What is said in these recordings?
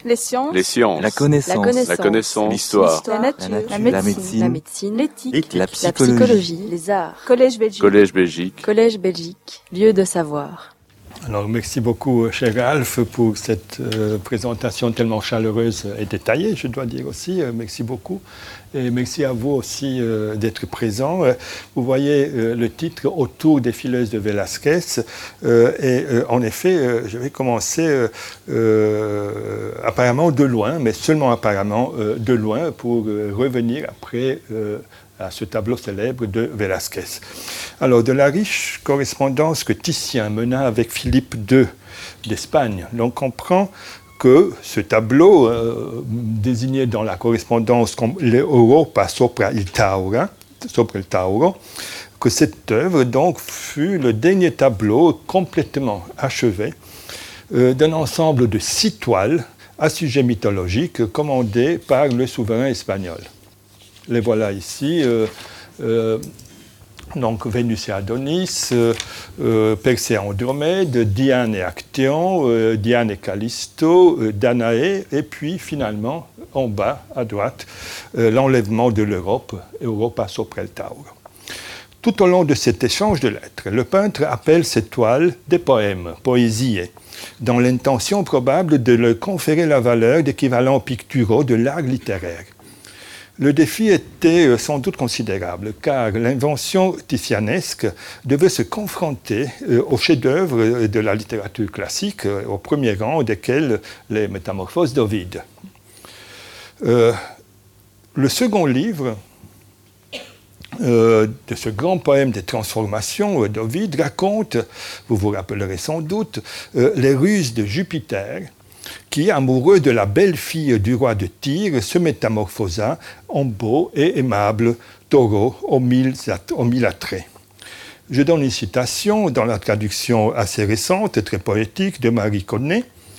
Les sciences. Les sciences. La connaissance. La connaissance. L'histoire. La nature. La médecine. L'éthique. La La psychologie. psychologie. Les arts. Collège Belgique. Collège Belgique. Collège Belgique. Lieu de savoir. Alors, merci beaucoup, cher Ralph, pour cette présentation tellement chaleureuse et détaillée, je dois dire aussi. Merci beaucoup. Et merci à vous aussi d'être présent. Vous voyez le titre « Autour des fileuses de Velázquez ». En effet, je vais commencer apparemment de loin, mais seulement apparemment de loin, pour revenir après à ce tableau célèbre de Velázquez. Alors, de la riche correspondance que Titien mena avec Philippe II d'Espagne, l'on comprend que ce tableau, désigné dans la correspondance comme l'Europa sopra il Tauro, que cette œuvre donc fut le dernier tableau complètement achevé d'un ensemble de 6 toiles à sujet mythologique commandées par le souverain espagnol. Les voilà ici. Donc Vénus et Adonis, Persée et Andromède, Diane et Actéon, Diane et Callisto, Danaé, et puis finalement, en bas, à droite, l'enlèvement de l'Europe, Europa sopra il Tauro. Tout au long de cet échange de lettres, le peintre appelle ces toiles des poèmes, poésies, dans l'intention probable de leur conférer la valeur d'équivalents picturaux de l'art littéraire. Le défi était sans doute considérable, car l'invention titianesque devait se confronter aux chefs-d'œuvre de la littérature classique, au premier rang desquels les Métamorphoses d'Ovide. Le second livre de ce grand poème des transformations d'Ovide raconte, vous vous rappellerez sans doute, les ruses de Jupiter, qui, amoureux de la belle-fille du roi de Tyr, se métamorphosa en beau et aimable taureau aux mille attraits. Je donne une citation dans la traduction assez récente, très poétique, de Marie Connet.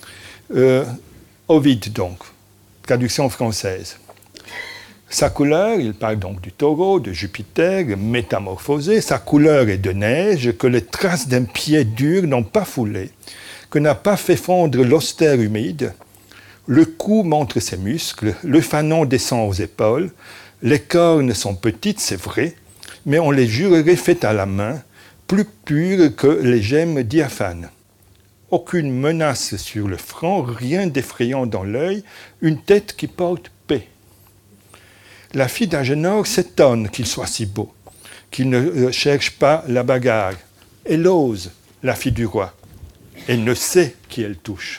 Ovide, donc, traduction française. Sa couleur, il parle donc du taureau, de Jupiter, métamorphosé, sa couleur est de neige que les traces d'un pied dur n'ont pas foulé, que n'a pas fait fondre l'austère humide. Le cou montre ses muscles, le fanon descend aux épaules, les cornes sont petites, c'est vrai, mais on les jurerait faites à la main, plus pures que les gemmes diaphanes. Aucune menace sur le front, rien d'effrayant dans l'œil, une tête qui porte paix. La fille d'Agénor s'étonne qu'il soit si beau, qu'il ne cherche pas la bagarre. Elle ose, la fille du roi. Elle ne sait qui elle touche.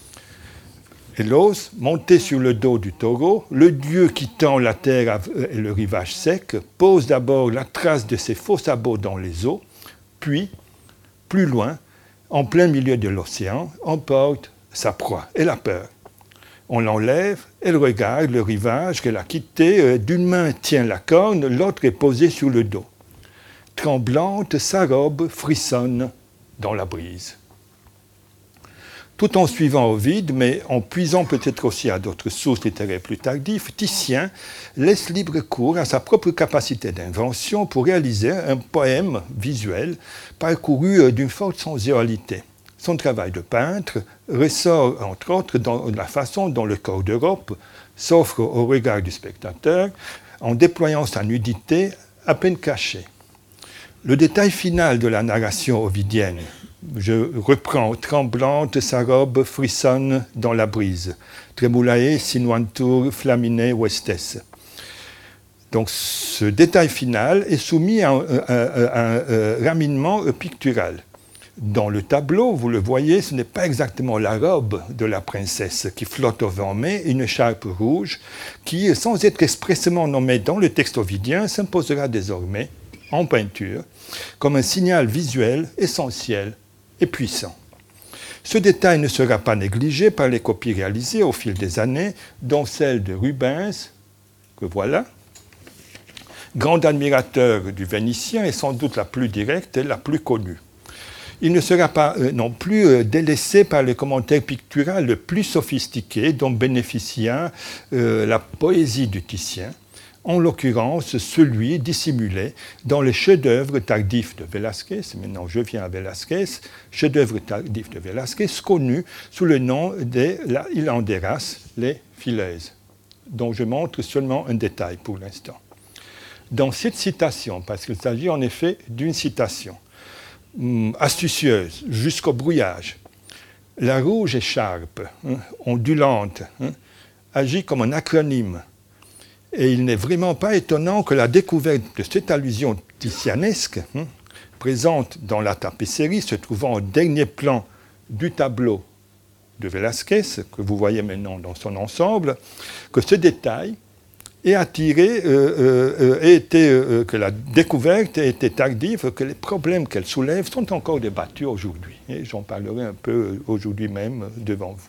Elle ose monter sur le dos du taureau. Le dieu qui tend la terre et le rivage sec pose d'abord la trace de ses faux sabots dans les eaux, puis, plus loin, en plein milieu de l'océan, emporte sa proie et la peur. On l'enlève, elle regarde le rivage qu'elle a quitté, d'une main tient la corne, l'autre est posée sur le dos. Tremblante, sa robe frissonne dans la brise. Tout en suivant Ovide, mais en puisant peut-être aussi à d'autres sources littéraires plus tardives, Titien laisse libre cours à sa propre capacité d'invention pour réaliser un poème visuel parcouru d'une forte sensualité. Son travail de peintre ressort, entre autres, dans la façon dont le corps d'Europe s'offre au regard du spectateur en déployant sa nudité à peine cachée. Le détail final de la narration ovidienne, je reprends, tremblante, sa robe frissonne dans la brise. Tremulae sinuantur flamine vestes. Donc ce détail final est soumis à un raminement pictural. Dans le tableau, vous le voyez, ce n'est pas exactement la robe de la princesse qui flotte au vent, mais une écharpe rouge qui, sans être expressément nommée dans le texte ovidien, s'imposera désormais, en peinture, comme un signal visuel essentiel et puissant. Ce détail ne sera pas négligé par les copies réalisées au fil des années, dont celle de Rubens, que voilà, grand admirateur du Vénitien et sans doute la plus directe et la plus connue. Il ne sera pas non plus délaissé par le commentaire pictural le plus sophistiqué dont bénéficia la poésie de Titien, en l'occurrence celui dissimulé dans les chefs-d'œuvre tardifs de Velázquez, maintenant je viens à Velázquez, chefs-d'œuvre tardifs de Velázquez, connus sous le nom des hilanderas, les fileuses, dont je montre seulement un détail pour l'instant. Dans cette citation, parce qu'il s'agit en effet d'une citation astucieuse jusqu'au brouillage, la rouge écharpe, ondulante, agit comme un acronyme. Et il n'est vraiment pas étonnant que la découverte de cette allusion titianesque, présente dans la tapisserie, se trouvant au dernier plan du tableau de Velázquez, que vous voyez maintenant dans son ensemble, que ce détail ait attiré, que la découverte ait été tardive, que les problèmes qu'elle soulève sont encore débattus aujourd'hui. Et j'en parlerai un peu aujourd'hui même devant vous.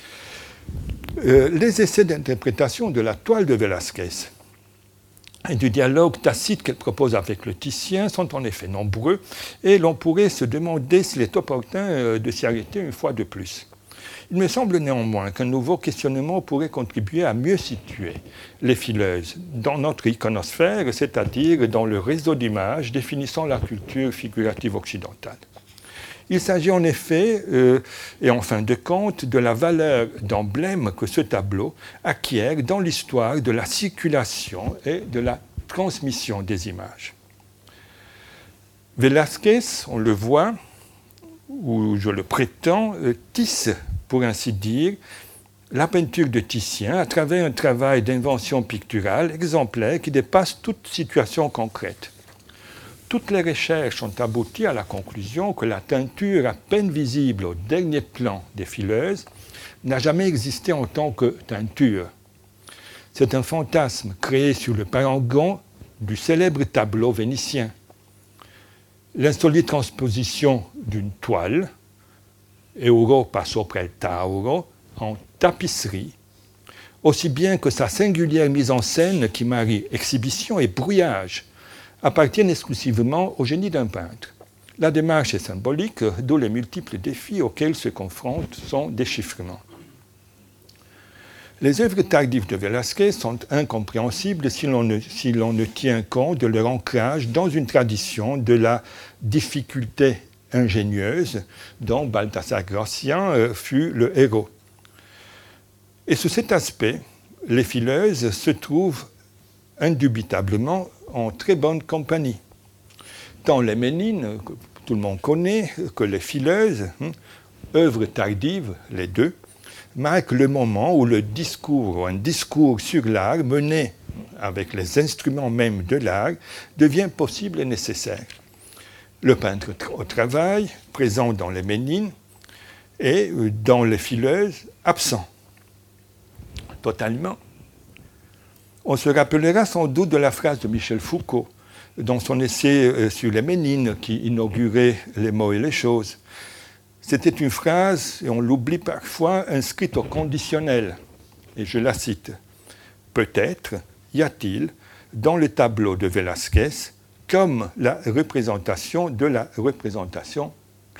Les essais d'interprétation de la toile de Velázquez et du dialogue tacite qu'elle propose avec le Titien sont en effet nombreux et l'on pourrait se demander s'il est opportun de s'y arrêter une fois de plus. Il me semble néanmoins qu'un nouveau questionnement pourrait contribuer à mieux situer les fileuses dans notre iconosphère, c'est-à-dire dans le réseau d'images définissant la culture figurative occidentale. Il s'agit en effet, et en fin de compte, de la valeur d'emblème que ce tableau acquiert dans l'histoire de la circulation et de la transmission des images. Velázquez, on le voit, ou je le prétends, tisse, pour ainsi dire, la peinture de Titien à travers un travail d'invention picturale exemplaire qui dépasse toute situation concrète. Toutes les recherches ont abouti à la conclusion que la teinture à peine visible au dernier plan des fileuses n'a jamais existé en tant que teinture. C'est un fantasme créé sur le parangon du célèbre tableau vénitien. L'insolite transposition d'une toile, Euro passo prel Tauro, en tapisserie, aussi bien que sa singulière mise en scène qui marie exhibition et brouillage, appartiennent exclusivement au génie d'un peintre. La démarche est symbolique, d'où les multiples défis auxquels se confronte son déchiffrement. Les œuvres tardives de Velázquez sont incompréhensibles si l'on ne tient compte de leur ancrage dans une tradition de la difficulté ingénieuse dont Balthasar Gracián fut le héros. Et sous cet aspect, les fileuses se trouvent indubitablement en très bonne compagnie. Tant les Ménines, que tout le monde connaît, que les fileuses, œuvres tardives, les deux, marquent le moment où un discours sur l'art mené avec les instruments même de l'art devient possible et nécessaire. Le peintre au travail, présent dans les Ménines, et dans les fileuses, absent totalement. On se rappellera sans doute de la phrase de Michel Foucault dans son essai sur les Ménines qui inaugurait Les mots et les choses. C'était une phrase, et on l'oublie parfois, inscrite au conditionnel. Et je la cite. « Peut-être y a-t-il dans le tableau de Velázquez comme la représentation de la représentation classique. »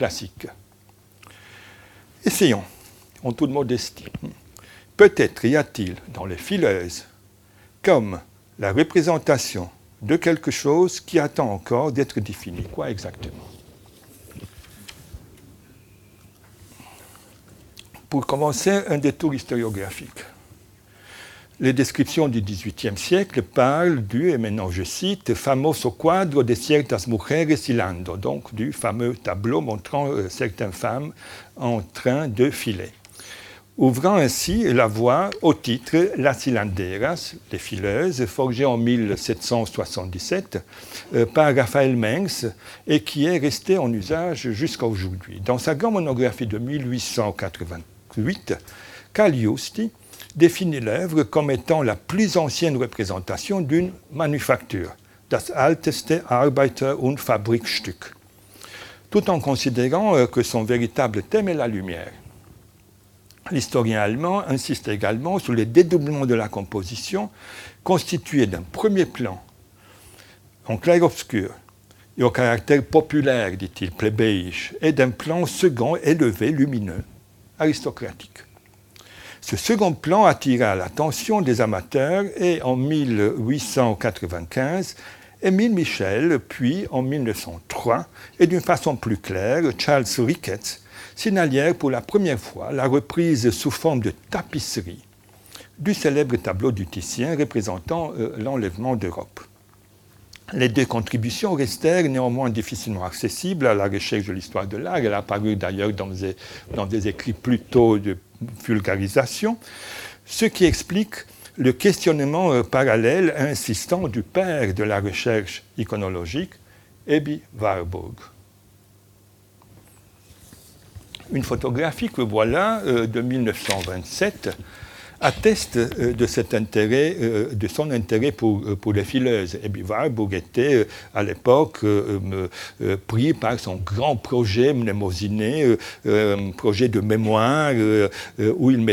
Essayons, en toute modestie. Peut-être y a-t-il dans les fileuses comme la représentation de quelque chose qui attend encore d'être défini. Quoi exactement? Pour commencer, un détour historiographique. Les descriptions du XVIIIe siècle parlent du, et maintenant je cite, famoso quadro de ciertas mujeres hilando, donc du fameux tableau montrant certaines femmes en train de filer, ouvrant ainsi la voie au titre Las hilanderas, les fileuses, forgé en 1777 par Raphaël Mengs et qui est resté en usage jusqu'à aujourd'hui. Dans sa grande monographie de 1888, Cagliusti définit l'œuvre comme étant la plus ancienne représentation d'une manufacture, das alteste Arbeiter- und Fabrikstück, tout en considérant que son véritable thème est la lumière. L'historien allemand insiste également sur les dédoublements de la composition constitués d'un premier plan en clair-obscur et au caractère populaire, dit-il, plébéique, et d'un plan second élevé, lumineux, aristocratique. Ce second plan attira l'attention des amateurs et en 1895, Émile Michel, puis en 1903, et d'une façon plus claire, Charles Ricketts, signalèrent pour la première fois la reprise sous forme de tapisserie du célèbre tableau du Titien représentant l'enlèvement d'Europe. Les deux contributions restèrent néanmoins difficilement accessibles à la recherche de l'histoire de l'art. Elle a apparu d'ailleurs dans des écrits plutôt de vulgarisation, ce qui explique le questionnement parallèle insistant du père de la recherche iconologique, Ebbe Warburg. Une photographie que voilà de 1927 atteste de son intérêt pour les fileuses. Ebbe Warburg était à l'époque pris par son grand projet mnémosiné, projet de mémoire, où il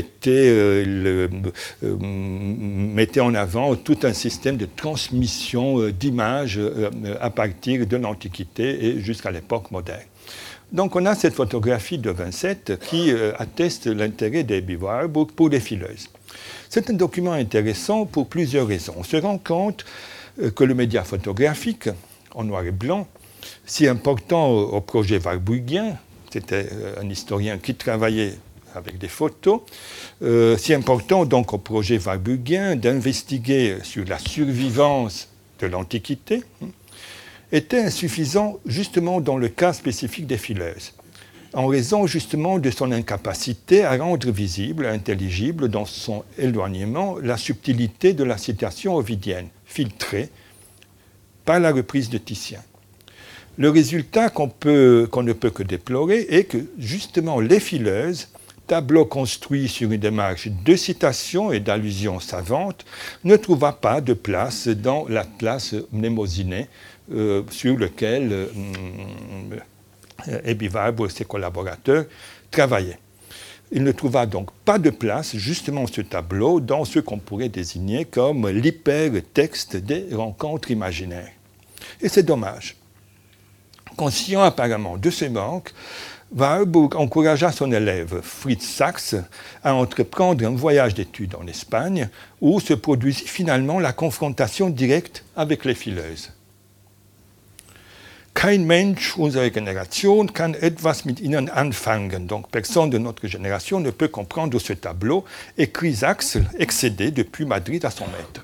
mettait en avant tout un système de transmission d'images à partir de l'Antiquité et jusqu'à l'époque moderne. Donc on a cette photographie de 27 qui atteste l'intérêt d'Ebbe Warburg pour les fileuses. C'est un document intéressant pour plusieurs raisons. On se rend compte que le média photographique, en noir et blanc, si important au projet warburgien, c'était un historien qui travaillait avec des photos, si important donc au projet warburgien d'investiguer sur la survivance de l'Antiquité, était insuffisant justement dans le cas spécifique des fileuses, en raison justement de son incapacité à rendre visible, intelligible dans son éloignement, la subtilité de la citation ovidienne, filtrée par la reprise de Titien. Le résultat qu'on ne peut que déplorer est que justement les fileuses, tableau construit sur une démarche de citation et d'allusion savante, ne trouva pas de place dans l'atlas mnémosiné sur lequel Ebbe Warburg et ses collaborateurs travaillaient. Il ne trouva donc pas de place, justement, ce tableau, dans ce qu'on pourrait désigner comme l'hypertexte des rencontres imaginaires. Et c'est dommage. Conscient apparemment de ce manque, Warburg encouragea son élève Fritz Sachs à entreprendre un voyage d'études en Espagne, où se produisit finalement la confrontation directe avec les fileuses. Kein Mensch unserer Generation kann etwas mit ihnen anfangen. Donc personne de notre génération ne peut comprendre ce tableau, écrit Sachs, excédé depuis Madrid à son maître.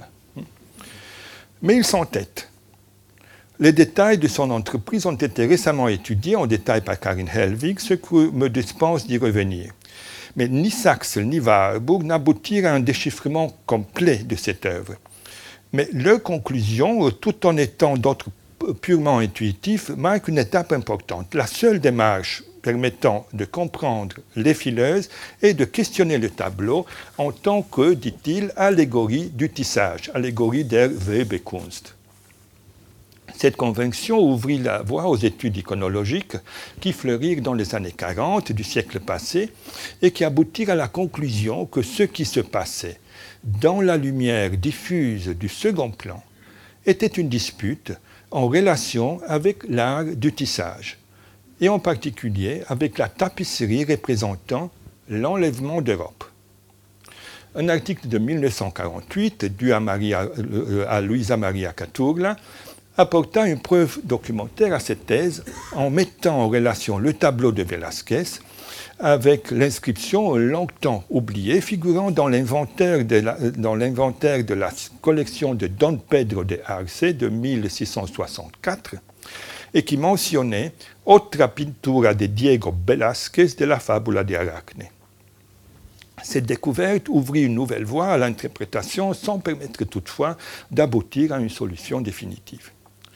Mais il s'entête. Les détails de son entreprise ont été récemment étudiés en détail par Karin Hellwig, ce qui me dispense d'y revenir. Mais ni Sachs ni Warburg n'aboutirent à un déchiffrement complet de cette œuvre. Mais leur conclusion, tout en étant d'autres purement intuitif, marque une étape importante. La seule démarche permettant de comprendre les fileuses est de questionner le tableau en tant que, dit-il, allégorie du tissage, allégorie der Webekunst. Cette conviction ouvrit la voie aux études iconologiques qui fleurirent dans les années 40 du siècle passé et qui aboutirent à la conclusion que ce qui se passait dans la lumière diffuse du second plan était une dispute en relation avec l'art du tissage, et en particulier avec la tapisserie représentant l'enlèvement d'Europe. Un article de 1948, dû à Luisa Maria Caturla, apporta une preuve documentaire à cette thèse en mettant en relation le tableau de Velázquez avec l'inscription longtemps oubliée figurant dans l'inventaire de la collection de Don Pedro de Arce de 1664 et qui mentionnait « Otra pintura de Diego Velázquez de la Fábula de Arachne ». Cette découverte ouvrit une nouvelle voie à l'interprétation sans permettre toutefois d'aboutir à une solution définitive.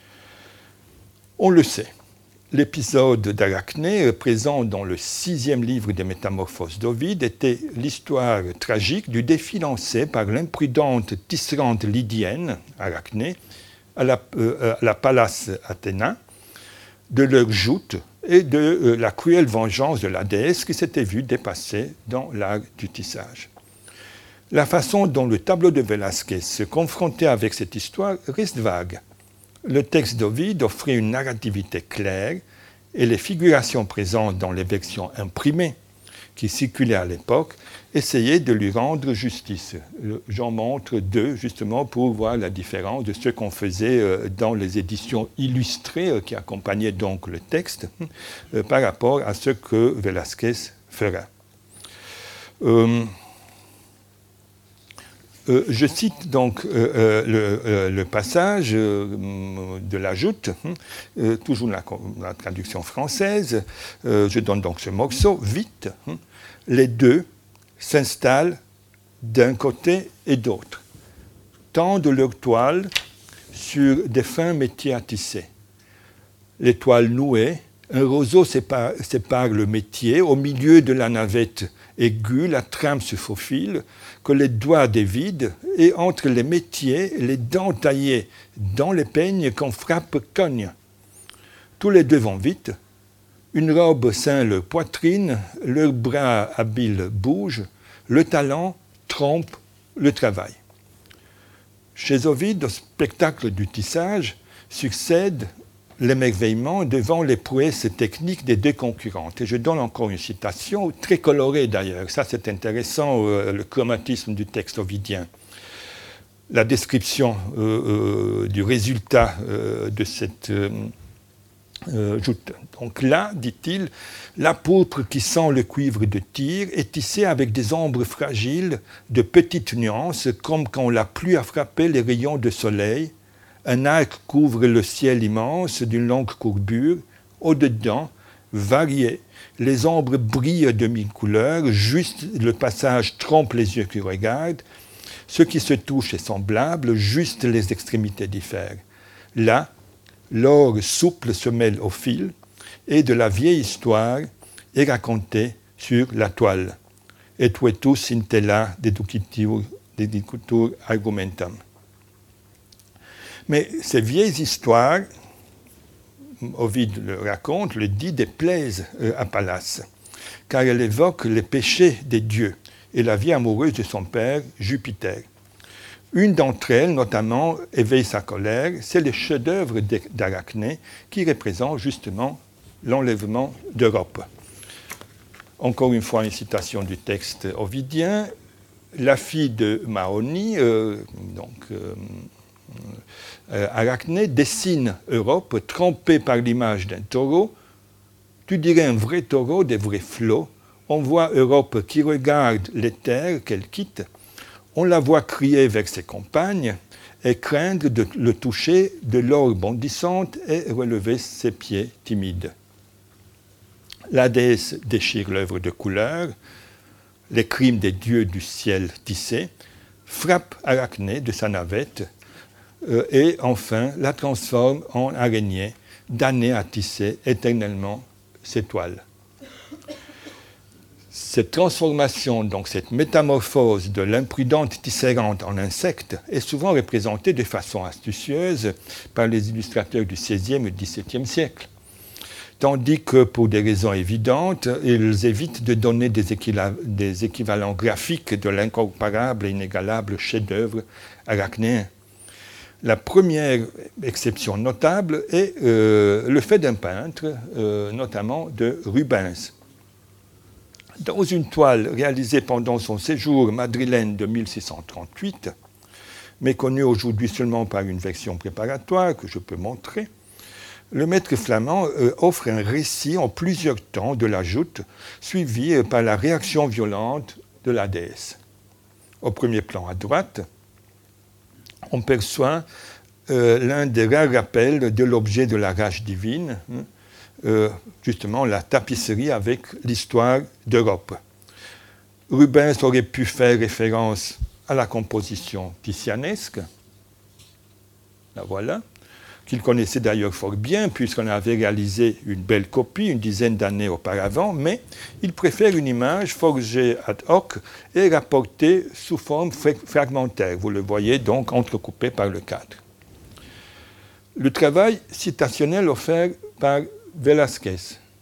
On le sait. L'épisode d'Arachné, présent dans le 6e livre des Métamorphoses d'Ovide, était l'histoire tragique du défi lancé par l'imprudente tisserande lydienne, Arachné, à la Pallas Athéna, de leur joute et de la cruelle vengeance de la déesse qui s'était vue dépassée dans l'art du tissage. La façon dont le tableau de Velázquez se confrontait avec cette histoire reste vague. Le texte d'Ovide offrait une narrativité claire et les figurations présentes dans les versions imprimées qui circulaient à l'époque, essayaient de lui rendre justice. J'en montre deux, justement, pour voir la différence de ce qu'on faisait dans les éditions illustrées qui accompagnaient donc le texte par rapport à ce que Velázquez fera. Je cite donc le passage de la Joute, toujours la traduction française. Je donne donc ce morceau. Vite, les deux s'installent d'un côté et d'autre, tendent leur toile sur des fins métiers à tisser. Les toiles nouées, un roseau sépare le métier, au milieu de la navette aiguë, la trame se faufile, que les doigts dévident, et entre les métiers, les dents taillées dans les peignes qu'on frappe cognent. Tous les deux vont vite, une robe ceint leur poitrine, leurs bras habiles bougent, le talent trompe le travail. Chez Ovide, au spectacle du tissage, succède l'émerveillement devant les prouesses techniques des deux concurrentes. Et je donne encore une citation, très colorée d'ailleurs. Ça, c'est intéressant, le chromatisme du texte ovidien. La description du résultat de cette joute. Donc là, dit-il, la pourpre qui sent le cuivre de Tyr est tissée avec des ombres fragiles, de petites nuances, comme quand la pluie a frappé les rayons de soleil. Un arc couvre le ciel immense d'une longue courbure. Au-dedans, varié, les ombres brillent de mille couleurs. Juste le passage trompe les yeux qui regardent. Ce qui se touche est semblable, juste les extrémités diffèrent. Là, l'or souple se mêle au fil, et de la vieille histoire est racontée sur la toile. Et tuetus intella deducitur argumentum. Mais ces vieilles histoires, Ovide le raconte, le dit, déplaisent à Pallas, car elle évoque les péchés des dieux et la vie amoureuse de son père, Jupiter. Une d'entre elles, notamment, éveille sa colère, c'est le chef-d'œuvre d'Arachné qui représente justement l'enlèvement d'Europe. Encore une fois, une citation du texte ovidien. La fille de Mahoni, Arachné, dessine Europe trompée par l'image d'un taureau. Tu dirais un vrai taureau, des vrais flots. On voit Europe qui regarde les terres qu'elle quitte. On la voit crier vers ses compagnes et craindre de le toucher de l'or bondissante et relever ses pieds timides. La déesse déchire l'œuvre de couleur, les crimes des dieux du ciel tissés, frappe Arachné de sa navette et enfin la transforme en araignée, damnée à tisser éternellement ses toiles. Cette transformation, donc cette métamorphose de l'imprudente tisserande en insecte, est souvent représentée de façon astucieuse par les illustrateurs du XVIe et XVIIe siècle. Tandis que, pour des raisons évidentes, ils évitent de donner des équivalents graphiques de l'incomparable et inégalable chef-d'œuvre arachnéen. La première exception notable est le fait d'un peintre, notamment de Rubens. Dans une toile réalisée pendant son séjour madrilène de 1638, mais connue aujourd'hui seulement par une version préparatoire que je peux montrer, le maître flamand offre un récit en plusieurs temps de la joute, suivi par la réaction violente de la déesse. Au premier plan à droite, on perçoit l'un des rares rappels de l'objet de la rage divine, justement la tapisserie avec l'histoire d'Europe. Rubens aurait pu faire référence à la composition titianesque, la voilà, qu'il connaissait d'ailleurs fort bien, puisqu'on avait réalisé une belle copie une dizaine d'années auparavant, mais il préfère une image forgée ad hoc et rapportée sous forme fragmentaire. Vous le voyez donc entrecoupé par le cadre. Le travail citationnel offert par Velázquez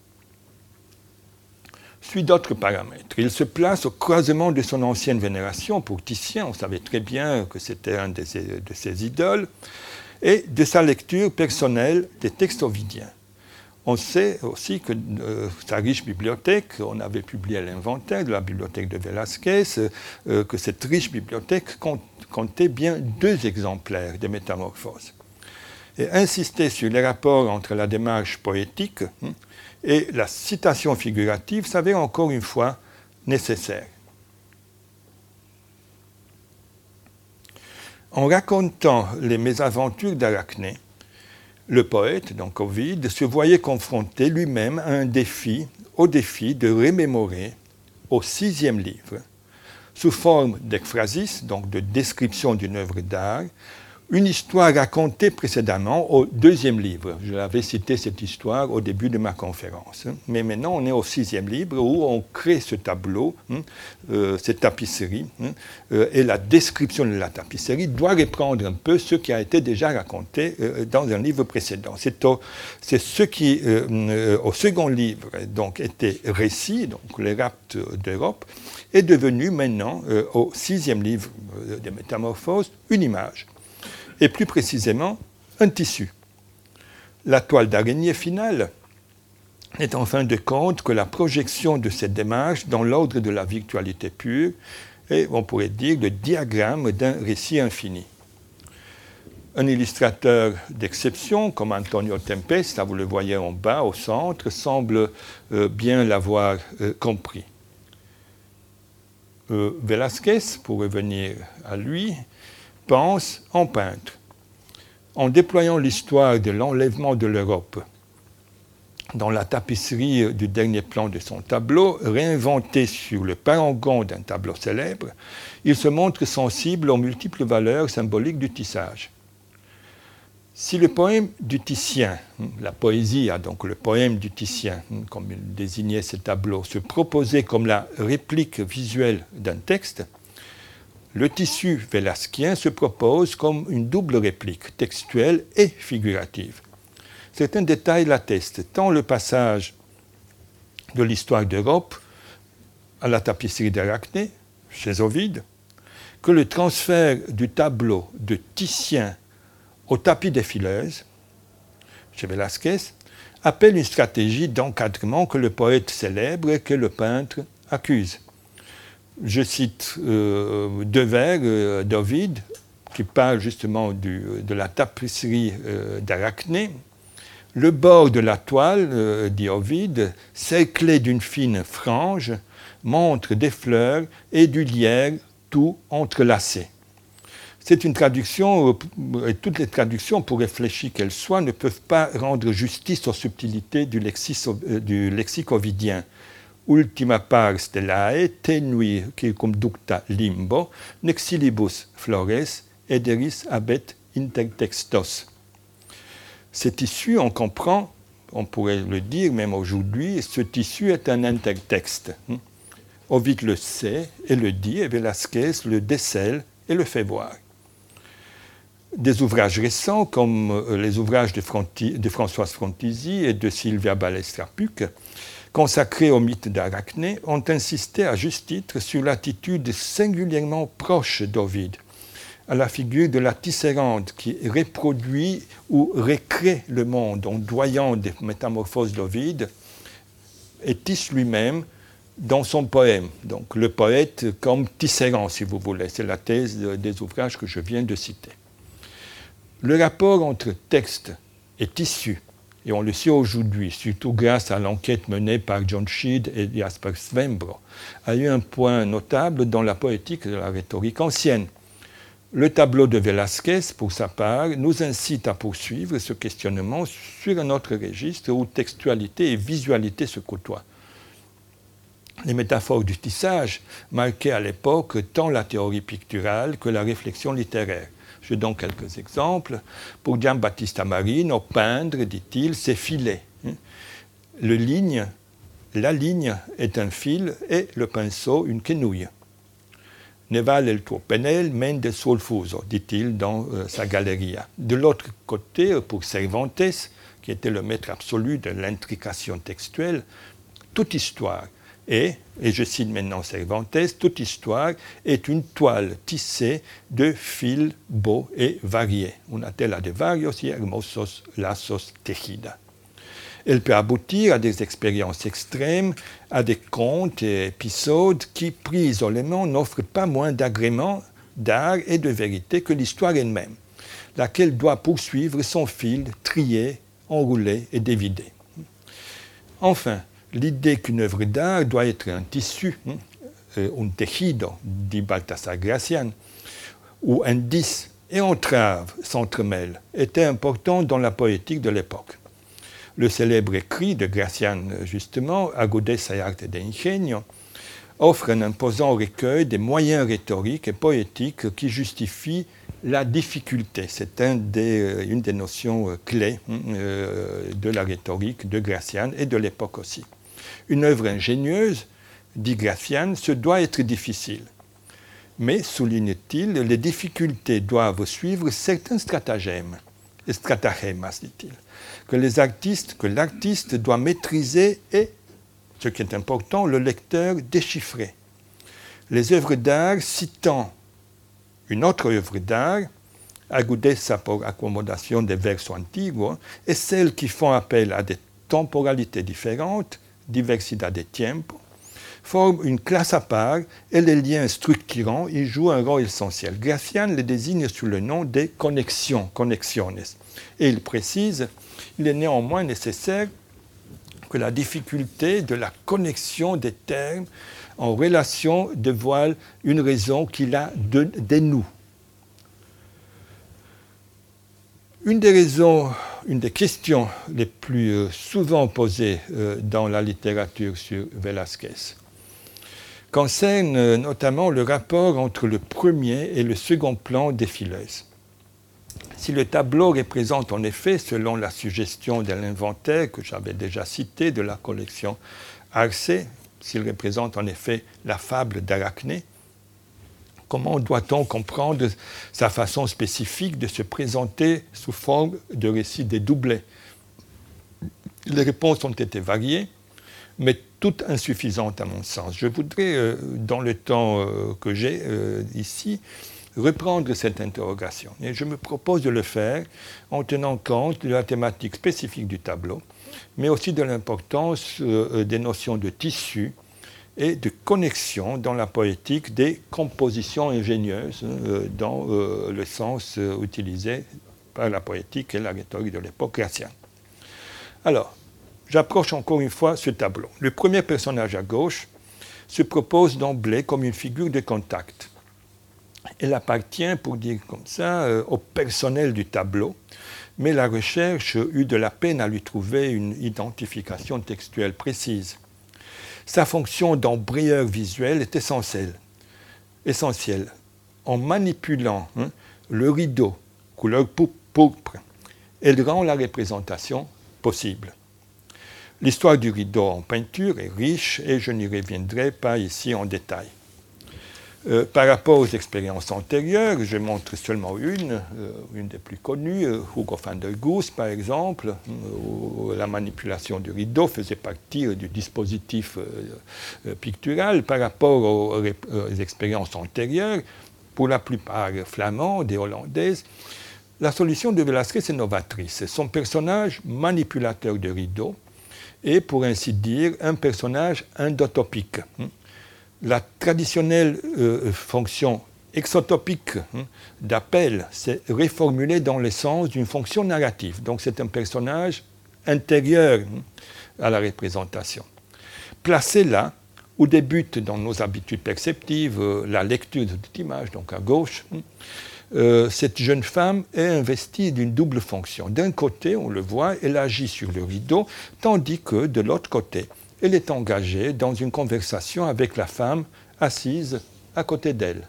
suit d'autres paramètres. Il se place au croisement de son ancienne vénération pour Titien, on savait très bien que c'était un de ses idoles, et de sa lecture personnelle des textes ovidiens. On sait aussi que sa riche bibliothèque, on avait publié l'inventaire de la bibliothèque de Velázquez, que cette riche bibliothèque comptait bien 2 exemplaires des Métamorphoses. Et insister sur les rapports entre la démarche poétique et la citation figurative s'avère encore une fois nécessaire. En racontant les mésaventures d'Arachné, le poète, donc Ovide, se voyait confronté lui-même à au défi de remémorer au 6e livre, sous forme d'ekphrasis, donc de description d'une œuvre d'art, une histoire racontée précédemment au 2e livre. Je l'avais cité cette histoire au début de ma conférence. Mais maintenant, on est au 6e livre où on crée ce tableau, cette tapisserie, et la description de la tapisserie doit reprendre un peu ce qui a été déjà raconté dans un livre précédent. C'est ce qui, au 2e livre, donc, était récit, donc les rapts d'Europe, est devenu maintenant, au 6e livre des Métamorphoses, une image. Et plus précisément, un tissu. La toile d'araignée finale n'est en fin de compte que la projection de cette démarche dans l'ordre de la virtualité pure et, on pourrait dire, le diagramme d'un récit infini. Un illustrateur d'exception, comme Antonio Tempesta, vous le voyez en bas, au centre, semble bien l'avoir compris. Velázquez, pour revenir à lui, pense en peintre. En déployant l'histoire de l'enlèvement de l'Europe dans la tapisserie du dernier plan de son tableau, réinventé sur le parangon d'un tableau célèbre, il se montre sensible aux multiples valeurs symboliques du tissage. Si le poème du Titien, la poésie a donc le poème du Titien, comme il désignait ce tableau, se proposait comme la réplique visuelle d'un texte, le tissu vélasquien se propose comme une double réplique, textuelle et figurative. Certains détails l'attestent, tant le passage de l'histoire d'Europe à la tapisserie d'Arachné, chez Ovide, que le transfert du tableau de Titien au tapis des fileuses, chez Velázquez, appelle une stratégie d'encadrement que le poète célèbre et que le peintre accuse. Je cite 2 vers d'Ovide qui parlent justement de la tapisserie d'Arachné. Le bord de la toile, dit Ovide, cerclé d'une fine frange, montre des fleurs et du lierre tout entrelacé. C'est une traduction, et toutes les traductions, pour réfléchir qu'elles soient, ne peuvent pas rendre justice aux subtilités du lexique ovidien. Ultima pars stellae tenui circumducta limbo, nexilibus flores, ederis abet intertextos. Ce tissu, on comprend, on pourrait le dire même aujourd'hui, ce tissu est un intertexte. Ovide le sait et le dit, et Velázquez le décèle et le fait voir. Des ouvrages récents, comme les ouvrages de Françoise Frontisy et de Silvia Balestra-Puc, consacrés au mythe d'Arachné, ont insisté à juste titre sur l'attitude singulièrement proche d'Ovide, à la figure de la tisserande qui reproduit ou recrée le monde en doyant des métamorphoses d'Ovide et tisse lui-même dans son poème. Donc le poète comme tisserand, si vous voulez. C'est la thèse des ouvrages que je viens de citer. Le rapport entre texte et tissu, et on le sait aujourd'hui, surtout grâce à l'enquête menée par John Sheed et Jasper Svembro, a eu un point notable dans la poétique de la rhétorique ancienne. Le tableau de Velázquez, pour sa part, nous incite à poursuivre ce questionnement sur un autre registre où textualité et visualité se côtoient. Les métaphores du tissage marquaient à l'époque tant la théorie picturale que la réflexion littéraire. Je donne quelques exemples. Pour Giambattista Marino, peindre, dit-il, c'est filer. La ligne est un fil et le pinceau une quenouille. Ne vale il tuo pennel mende sul fuso, dit-il dans sa Galleria. De l'autre côté, pour Cervantes, qui était le maître absolu de l'intrication textuelle, toute histoire et je cite maintenant Cervantes, toute histoire est une toile tissée de fils beaux et variés. Una tela de varios y hermosos lazos tejida. Elle peut aboutir à des expériences extrêmes, à des contes et épisodes qui, pris isolément, n'offrent pas moins d'agréments, d'art et de vérité que l'histoire elle-même, laquelle doit poursuivre son fil, trier, enrouler et dévider. Enfin, l'idée qu'une œuvre d'art doit être un tissu, un tejido, dit Baltasar Gracián, où indice et entrave s'entremêlent, était important dans la poétique de l'époque. Le célèbre écrit de Gracián, justement, Agudeza y arte de ingenio, offre un imposant recueil des moyens rhétoriques et poétiques qui justifient la difficulté. C'est une des notions clés de la rhétorique de Gracián et de l'époque aussi. Une œuvre ingénieuse, dit Gracián, se doit être difficile. Mais, souligne-t-il, les difficultés doivent suivre certains stratagèmes, dit-il, que l'artiste doit maîtriser et, ce qui est important, le lecteur déchiffrer. Les œuvres d'art citant une autre œuvre d'art, Agudeza por accommodation des versos antiguos, et celles qui font appel à des temporalités différentes, diversidad de tiempo, forment une classe à part et les liens structurants y jouent un rôle essentiel. Gracián les désigne sous le nom des connexions, connexiones. Et il précise, il est néanmoins nécessaire que la difficulté de la connexion des termes en relation dévoile une raison qu'il a des nous. Une des questions les plus souvent posées dans la littérature sur Velázquez concerne notamment le rapport entre le premier et le second plan des fileuses. Si le tableau représente en effet, selon la suggestion de l'inventaire que j'avais déjà cité de la collection Arcé, s'il représente en effet la fable d'Arachné, comment doit-on comprendre sa façon spécifique de se présenter sous forme de récit dédoublé? Les réponses ont été variées, mais toutes insuffisantes à mon sens. Je voudrais, dans le temps que j'ai ici, reprendre cette interrogation. Et je me propose de le faire en tenant compte de la thématique spécifique du tableau, mais aussi de l'importance des notions de tissu et de connexion dans la poétique des compositions ingénieuses, dans le sens utilisé par la poétique et la rhétorique de l'époque gracienne. Alors, j'approche encore une fois ce tableau. Le premier personnage à gauche se propose d'emblée comme une figure de contact. Elle appartient, pour dire comme ça, au personnel du tableau, mais la recherche eut de la peine à lui trouver une identification textuelle précise. Sa fonction d'embrayeur visuel est essentielle. En manipulant le rideau, couleur pourpre, elle rend la représentation possible. L'histoire du rideau en peinture est riche et je n'y reviendrai pas ici en détail. Par rapport aux expériences antérieures, je montre seulement une des plus connues, Hugo van der Goes par exemple, où la manipulation du rideau faisait partie du dispositif pictural. Par rapport aux expériences antérieures, pour la plupart flamandes et hollandaises, la solution de Velázquez est novatrice. Son personnage manipulateur de rideau est, pour ainsi dire, un personnage endotopique. La traditionnelle fonction exotopique d'appel s'est réformulée dans le sens d'une fonction narrative. Donc c'est un personnage intérieur à la représentation. Placé là, où débute dans nos habitudes perceptives la lecture de cette image, donc à gauche, cette jeune femme est investie d'une double fonction. D'un côté, on le voit, elle agit sur le rideau, tandis que de l'autre côté, elle est engagée dans une conversation avec la femme assise à côté d'elle.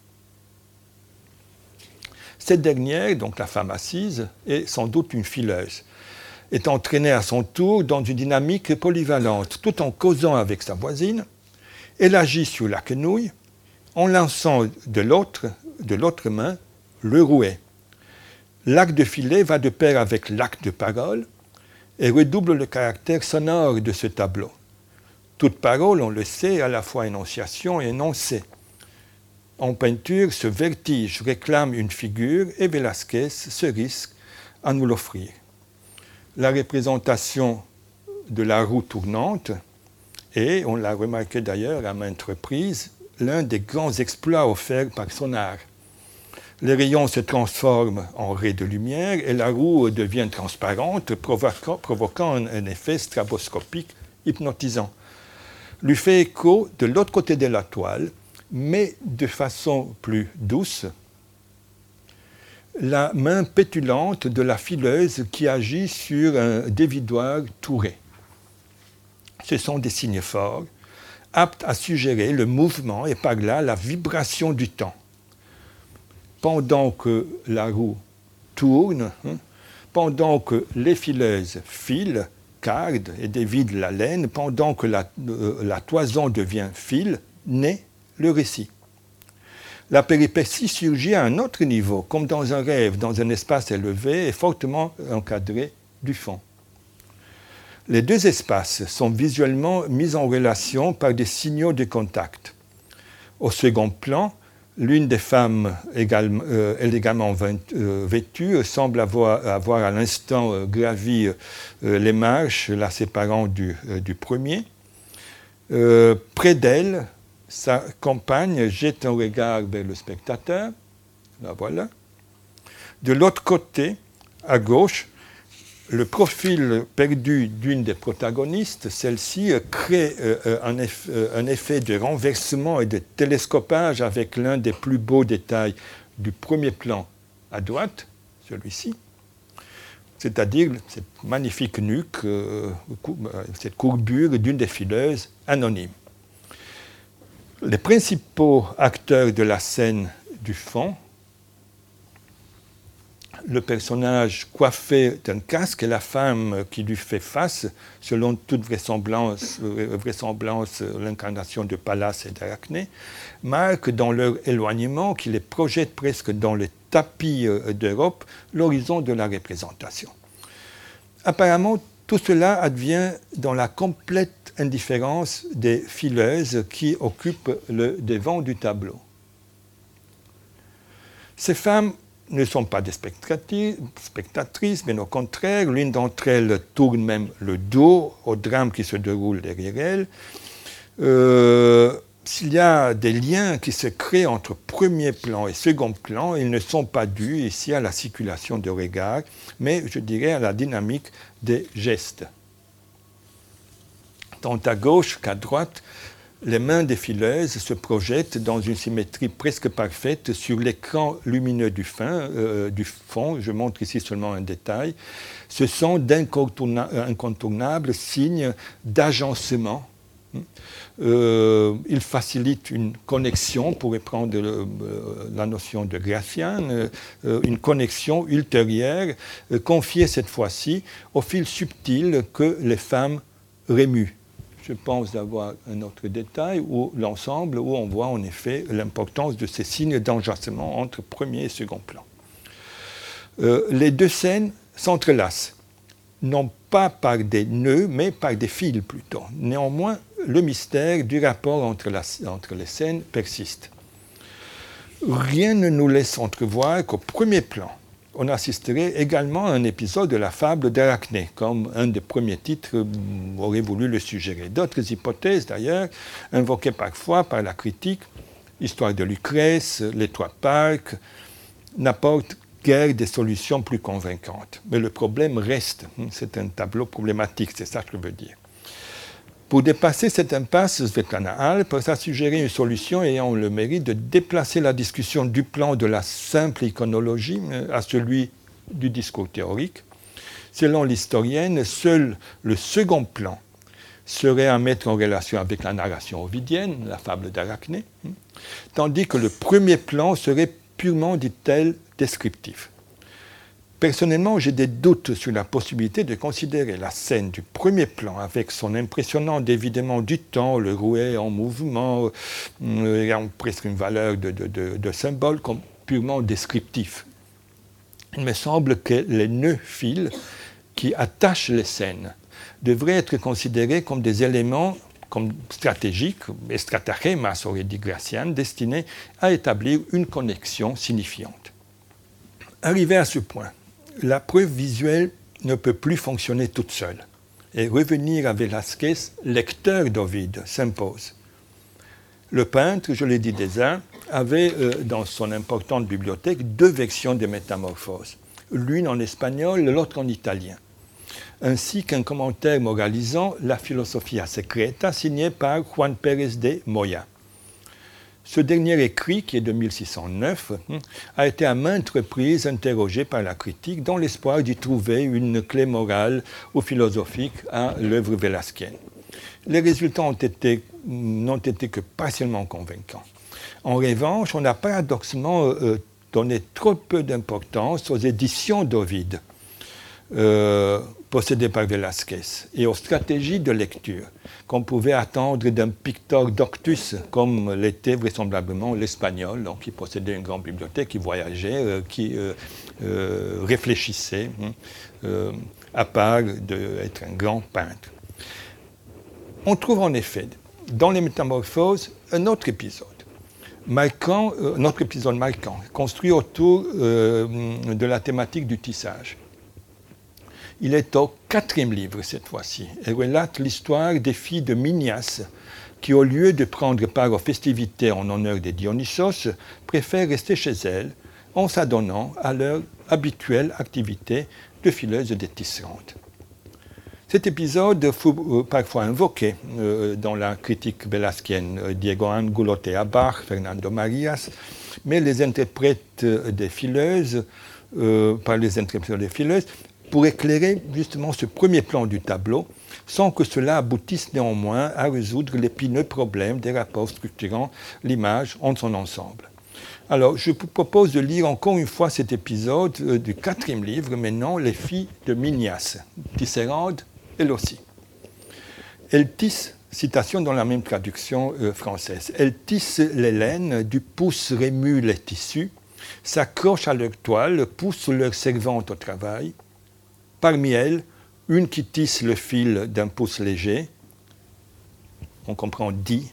Cette dernière, donc la femme assise, est sans doute une fileuse, est entraînée à son tour dans une dynamique polyvalente. Tout en causant avec sa voisine, elle agit sur la quenouille en lançant de l'autre main le rouet. L'acte de filet va de pair avec l'acte de parole et redouble le caractère sonore de ce tableau. Toute parole, on le sait, est à la fois énonciation et énoncé. En peinture, ce vertige réclame une figure et Velázquez se risque à nous l'offrir. La représentation de la roue tournante est, on l'a remarqué d'ailleurs à maintes reprises, l'un des grands exploits offerts par son art. Les rayons se transforment en raies de lumière et la roue devient transparente, provoquant un effet straboscopique hypnotisant. Lui fait écho de l'autre côté de la toile, mais de façon plus douce, la main pétulante de la fileuse qui agit sur un dévidoir touré. Ce sont des signes forts, aptes à suggérer le mouvement et par là la vibration du temps. Pendant que la roue tourne, pendant que les fileuses filent, cardent et dévident la laine, pendant que la toison devient fil, naît le récit. La péripétie surgit à un autre niveau, comme dans un rêve, dans un espace élevé et fortement encadré du fond. Les deux espaces sont visuellement mis en relation par des signaux de contact. Au second plan, l'une des femmes élégamment vêtue semble avoir à l'instant gravi les marches la séparant du premier. Près d'elle, sa compagne jette un regard vers le spectateur. La voilà. De l'autre côté, à gauche, le profil perdu d'une des protagonistes, celle-ci, crée un effet de renversement et de télescopage avec l'un des plus beaux détails du premier plan à droite, celui-ci, c'est-à-dire cette magnifique nuque, cette courbure d'une des fileuses anonymes. Les principaux acteurs de la scène du fond, le personnage coiffé d'un casque et la femme qui lui fait face, selon toute vraisemblance l'incarnation de Pallas et d'Arachné, marquent dans leur éloignement, qui les projette presque dans le tapis d'Europe, l'horizon de la représentation. Apparemment, tout cela advient dans la complète indifférence des fileuses qui occupent le devant du tableau. Ces femmes ne sont pas des spectatrices, mais au contraire, l'une d'entre elles tourne même le dos au drame qui se déroule derrière elle. S'il y a des liens qui se créent entre premier plan et second plan, ils ne sont pas dus ici à la circulation de regard, mais je dirais à la dynamique des gestes. Tant à gauche qu'à droite, les mains des fileuses se projettent dans une symétrie presque parfaite sur l'écran lumineux du fond. Je montre ici seulement un détail. Ce sont d'incontournables signes d'agencement. Ils facilitent une connexion, pour reprendre la notion de Gracian, une connexion ultérieure, confiée cette fois-ci au fil subtil que les femmes remuent. Je pense d'avoir un autre détail, où l'ensemble, où on voit en effet l'importance de ces signes d'enjacement entre premier et second plan. Les deux scènes s'entrelacent, non pas par des nœuds, mais par des fils plutôt. Néanmoins, le mystère du rapport entre les scènes persiste. Rien ne nous laisse entrevoir qu'au premier plan, on assisterait également à un épisode de la fable d'Arachné, comme un des premiers titres aurait voulu le suggérer. D'autres hypothèses, d'ailleurs, invoquées parfois par la critique, l'histoire de Lucrèce, les trois parcs, n'apportent guère des solutions plus convaincantes. Mais le problème reste. C'est un tableau problématique, c'est ça que je veux dire. Pour dépasser cette impasse, Svetlana Alp a suggéré une solution ayant le mérite de déplacer la discussion du plan de la simple iconologie à celui du discours théorique. Selon l'historienne, seul le second plan serait à mettre en relation avec la narration ovidienne, la fable d'Arachné, tandis que le premier plan serait purement, dit-elle, descriptif. Personnellement, j'ai des doutes sur la possibilité de considérer la scène du premier plan avec son impressionnant dévidement du temps, le rouet en mouvement, ayant presque une valeur de symbole, comme purement descriptif. Il me semble que les nœuds fils qui attachent les scènes devraient être considérés comme des éléments comme stratégiques, et stratagèmas, aurait dit Gracian, destinés à établir une connexion signifiante. Arrivé à ce point, la preuve visuelle ne peut plus fonctionner toute seule. et revenir à Velázquez, lecteur d'Ovide, s'impose. Le peintre, je l'ai dit déjà, avait dans son importante bibliothèque 2 versions des Métamorphoses, l'une en espagnol, l'autre en italien, ainsi qu'un commentaire moralisant La Filosofia Secreta signé par Juan Pérez de Moya. Ce dernier écrit, qui est de 1609, a été à maintes reprises interrogé par la critique dans l'espoir d'y trouver une clé morale ou philosophique à l'œuvre vélasquienne. Les résultats n'ont été que partiellement convaincants. En revanche, on a paradoxalement donné trop peu d'importance aux éditions d'Ovide possédées par Velázquez et aux stratégies de lecture qu'on pouvait attendre d'un pictor doctus comme l'était vraisemblablement l'espagnol, donc qui possédait une grande bibliothèque, qui voyageait, qui réfléchissait, à part d'être un grand peintre. On trouve en effet dans les Métamorphoses un autre épisode marquant, construit autour de la thématique du tissage. Il est au 4e livre cette fois-ci et relate l'histoire des filles de Minias qui, au lieu de prendre part aux festivités en honneur des Dionysos, préfèrent rester chez elles en s'adonnant à leur habituelle activité de fileuses de tisserandes. Cet épisode fut parfois invoqué dans la critique vélasquienne, Diego Angulo Teabach, Fernando Marias, mais les interprètes des fileuses, pour éclairer justement ce premier plan du tableau, sans que cela aboutisse néanmoins à résoudre l'épineux problème des rapports structurant l'image en son ensemble. Alors, je vous propose de lire encore une fois cet épisode du 4e livre, maintenant, Les filles de Minias, tisserandes, elles aussi. Elles tissent, citation dans la même traduction française, elles tissent les laines, du pouce remuent les tissus, s'accrochent à leur toile, poussent leur servante au travail. Parmi elles, une qui tisse le fil d'un pouce léger, on comprend dit,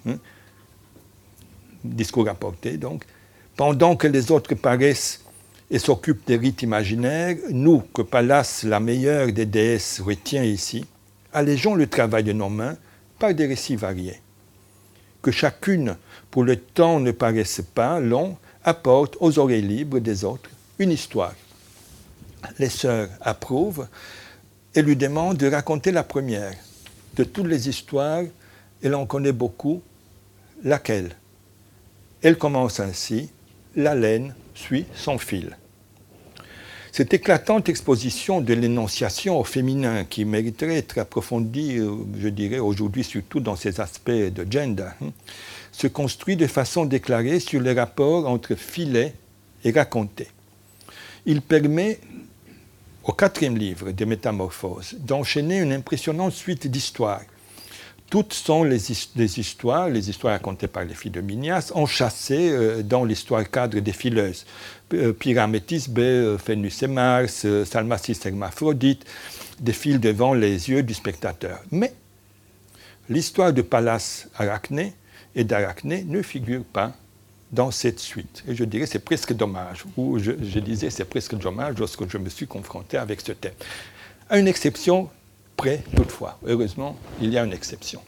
discours rapporté donc, pendant que les autres paraissent et s'occupent des rites imaginaires, nous, que Pallas, la meilleure des déesses, retient ici, allégeons le travail de nos mains par des récits variés. Que chacune, pour le temps ne paraisse pas long, apporte aux oreilles libres des autres une histoire. Les sœurs approuvent et lui demandent de raconter la première. De toutes les histoires, elle en connaît beaucoup. Laquelle? Elle commence ainsi. La laine suit son fil. Cette éclatante exposition de l'énonciation au féminin qui mériterait d'être approfondie, je dirais aujourd'hui surtout dans ses aspects de gender, se construit de façon déclarée sur les rapports entre filet et raconté. Il permet au 4e livre des Métamorphoses d'enchaîner une impressionnante suite d'histoires. Toutes sont les histoires racontées par les filles de Minias, enchâssées dans l'histoire cadre des fileuses. Pyramétisbe, Vénus et Mars, Salmacis hermaphrodite, défilent devant les yeux du spectateur. Mais l'histoire de Pallas Arachné et d'Arachné ne figure pas dans cette suite. Et je dirais c'est presque dommage, ou je disais c'est presque dommage lorsque je me suis confronté avec ce thème. À une exception près, toutefois. Heureusement, il y a une exception.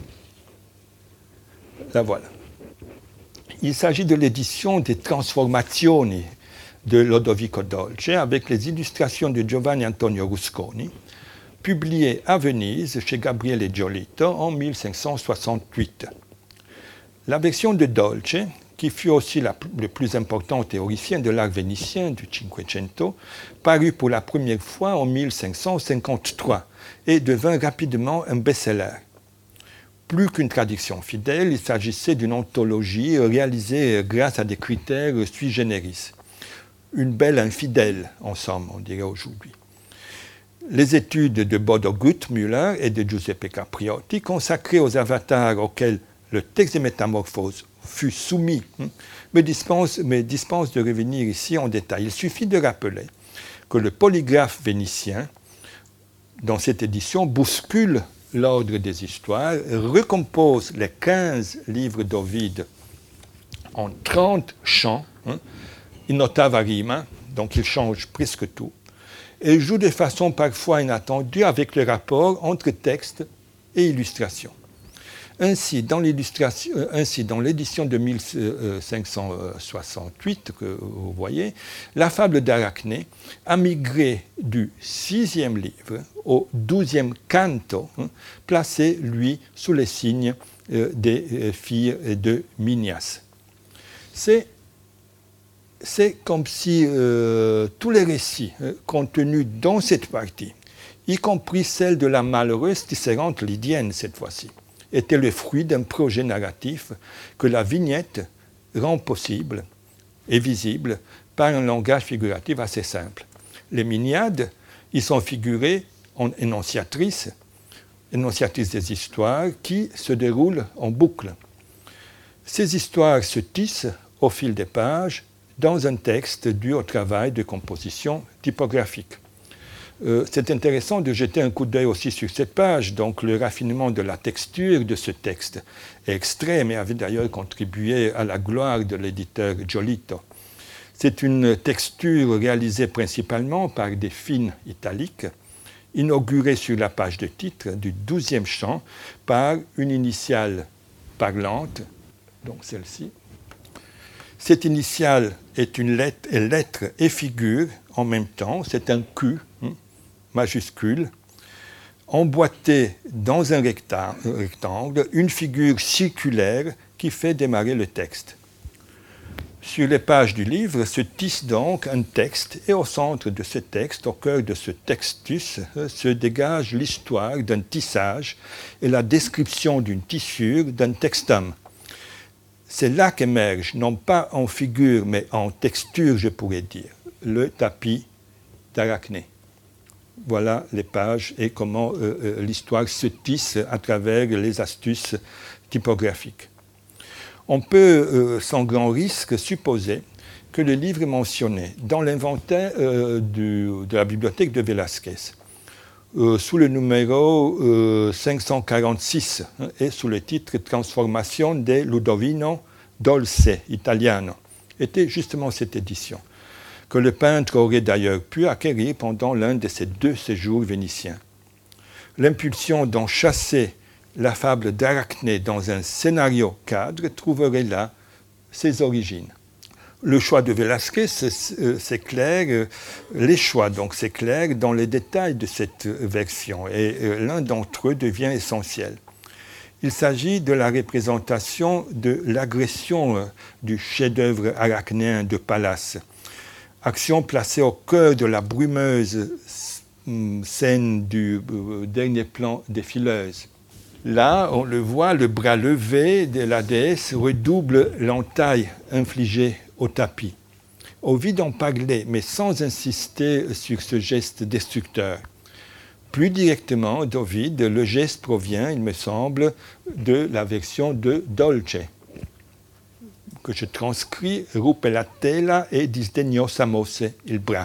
La voilà. Il s'agit de l'édition des Transformazioni de Lodovico Dolce avec les illustrations de Giovanni Antonio Rusconi, publiées à Venise chez Gabriele Giolito en 1568. La version de Dolce, qui fut aussi le plus important théoricien de l'art vénitien du Cinquecento, parut pour la première fois en 1553 et devint rapidement un best-seller. Plus qu'une traduction fidèle, il s'agissait d'une anthologie réalisée grâce à des critères sui generis. Une belle infidèle, en somme, on dirait aujourd'hui. Les études de Bodo Guttmüller et de Giuseppe Capriotti, consacrées aux avatars auxquels le texte des Métamorphoses fut soumis, me dispense de revenir ici en détail. Il suffit de rappeler que le polygraphe vénitien, dans cette édition, bouscule l'ordre des histoires, recompose les 15 livres d'Ovide en 30 chants, in ottava rima, donc il change presque tout, et joue de façon parfois inattendue avec le rapport entre texte et illustration. Ainsi, dans l'édition de 1568 que vous voyez, la fable d'Arachné a migré du 6e livre au 12e canto, placé, lui, sous les signes des filles de Minyas. C'est comme si tous les récits contenus dans cette partie, y compris celle de la malheureuse tisserante lydienne cette fois-ci, étaient le fruit d'un projet narratif que la vignette rend possible et visible par un langage figuratif assez simple. Les Minyades y sont figurées en énonciatrices des histoires qui se déroulent en boucle. Ces histoires se tissent au fil des pages dans un texte dû au travail de composition typographique. C'est intéressant de jeter un coup d'œil aussi sur cette page. Donc, le raffinement de la texture de ce texte est extrême et avait d'ailleurs contribué à la gloire de l'éditeur Giolito. C'est une texture réalisée principalement par des fines italiques, inaugurée sur la page de titre du 12e chant par une initiale parlante, donc celle-ci. Cette initiale est une lettre et figure en même temps, c'est un Q majuscule, emboîté dans un rectangle, une figure circulaire qui fait démarrer le texte. Sur les pages du livre se tisse donc un texte, et au centre de ce texte, au cœur de ce textus, se dégage l'histoire d'un tissage et la description d'une tissure d'un textum. C'est là qu'émerge, non pas en figure, mais en texture, je pourrais dire, le tapis d'Arachné. Voilà les pages et comment l'histoire se tisse à travers les astuces typographiques. On peut, sans grand risque, supposer que le livre est mentionné dans l'inventaire de la bibliothèque de Velázquez, sous le numéro 546 et sous le titre « Transformation de Ludovino Dolce Italiano ». Était justement cette édition, que le peintre aurait d'ailleurs pu acquérir pendant l'un de ses 2 séjours vénitiens. L'impulsion d'en chasser la fable d'Arachné dans un scénario cadre trouverait là ses origines. Le choix de Velázquez s'éclaire, les choix donc s'éclairent dans les détails de cette version et l'un d'entre eux devient essentiel. Il s'agit de la représentation de l'agression du chef-d'œuvre arachnéen de Pallas, action placée au cœur de la brumeuse scène du dernier plan des Fileuses. Là, on le voit, le bras levé de la déesse redouble l'entaille infligée au tapis. Ovide en parlait, mais sans insister sur ce geste destructeur. Plus directement, d'Ovide, le geste provient, il me semble, de la version de Dolce, que je transcris « ruppe la tela e disdegnosamente il braccio ».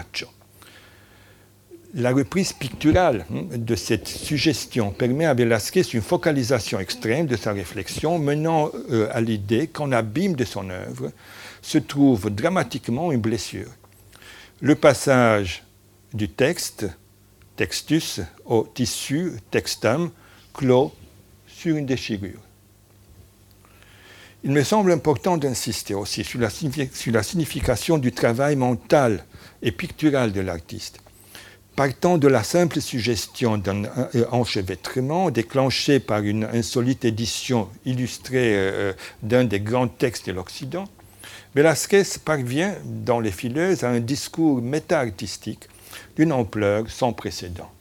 La reprise picturale de cette suggestion permet à Velázquez une focalisation extrême de sa réflexion, menant à l'idée qu'en abîme de son œuvre se trouve dramatiquement une blessure. Le passage du textus, au tissu, textum, clos sur une déchirure. Il me semble important d'insister aussi sur la signification du travail mental et pictural de l'artiste. Partant de la simple suggestion d'un enchevêtrement déclenché par une insolite édition illustrée d'un des grands textes de l'Occident, Velázquez parvient dans Les Fileuses à un discours méta-artistique d'une ampleur sans précédent.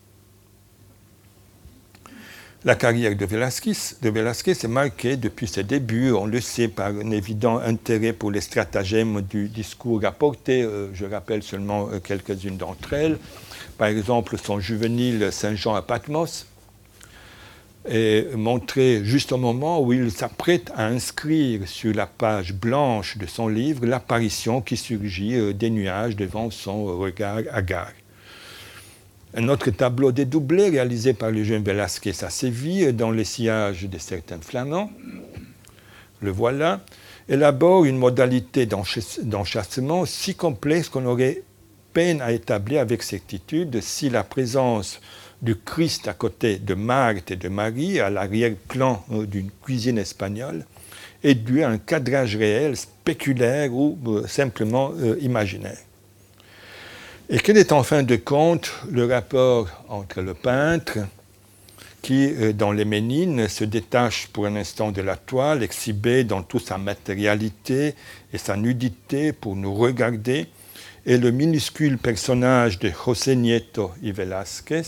La carrière de Velázquez est marquée depuis ses débuts, on le sait, par un évident intérêt pour les stratagèmes du discours rapporté. Je rappelle seulement quelques-unes d'entre elles. Par exemple, son juvénile Saint-Jean à Patmos est montré juste au moment où il s'apprête à inscrire sur la page blanche de son livre l'apparition qui surgit des nuages devant son regard hagard. Un autre tableau dédoublé réalisé par le jeune Velázquez à Séville dans les sillages de certains flamands, le voilà, élabore une modalité d'enchâssement si complexe qu'on aurait peine à établir avec certitude si la présence du Christ à côté de Marthe et de Marie, à l'arrière-plan d'une cuisine espagnole, est due à un cadrage réel, spéculaire ou simplement imaginaire. Et quel est en fin de compte le rapport entre le peintre, qui, dans les Ménines, se détache pour un instant de la toile, exhibée dans toute sa matérialité et sa nudité pour nous regarder, et le minuscule personnage de José Nieto y Velázquez,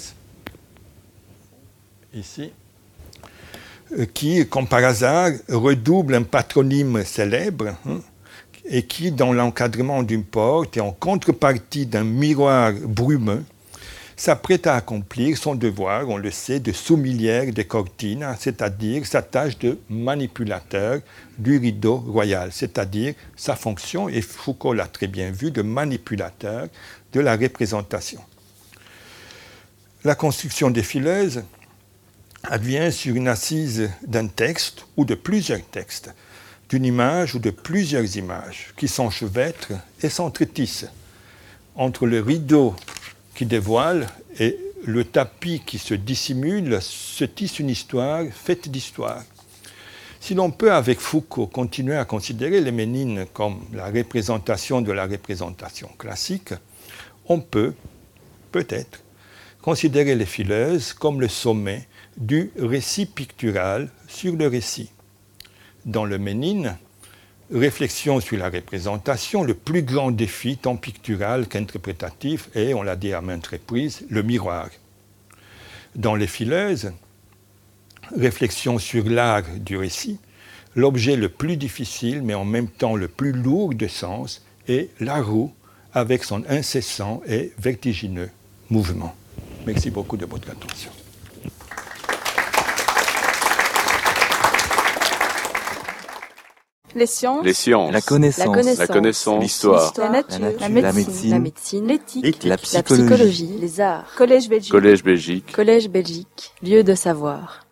ici, qui, comme par hasard, redouble un patronyme célèbre, et qui, dans l'encadrement d'une porte et en contrepartie d'un miroir brumeux, s'apprête à accomplir son devoir, on le sait, de soumilière des cortines, c'est-à-dire sa tâche de manipulateur du rideau royal, c'est-à-dire sa fonction, et Foucault l'a très bien vu, de manipulateur de la représentation. La construction des fileuses advient sur une assise d'un texte ou de plusieurs textes, d'une image ou de plusieurs images qui s'enchevêtrent et s'entretissent. Entre le rideau qui dévoile et le tapis qui se dissimule se tisse une histoire faite d'histoire. Si l'on peut, avec Foucault, continuer à considérer les Ménines comme la représentation de la représentation classique, on peut, peut-être, considérer les fileuses comme le sommet du récit pictural sur le récit. Dans le Ménine, réflexion sur la représentation, le plus grand défi, tant pictural qu'interprétatif, est, on l'a dit à maintes reprises, le miroir. Dans les fileuses, réflexion sur l'art du récit, l'objet le plus difficile, mais en même temps le plus lourd de sens, est la roue, avec son incessant et vertigineux mouvement. Merci beaucoup de votre attention. Les sciences, la connaissance, l'histoire, la nature, la médecine, l'éthique, la psychologie, les arts, Collège Belgique, Collège Belgique, Collège Belgique, lieu de savoir.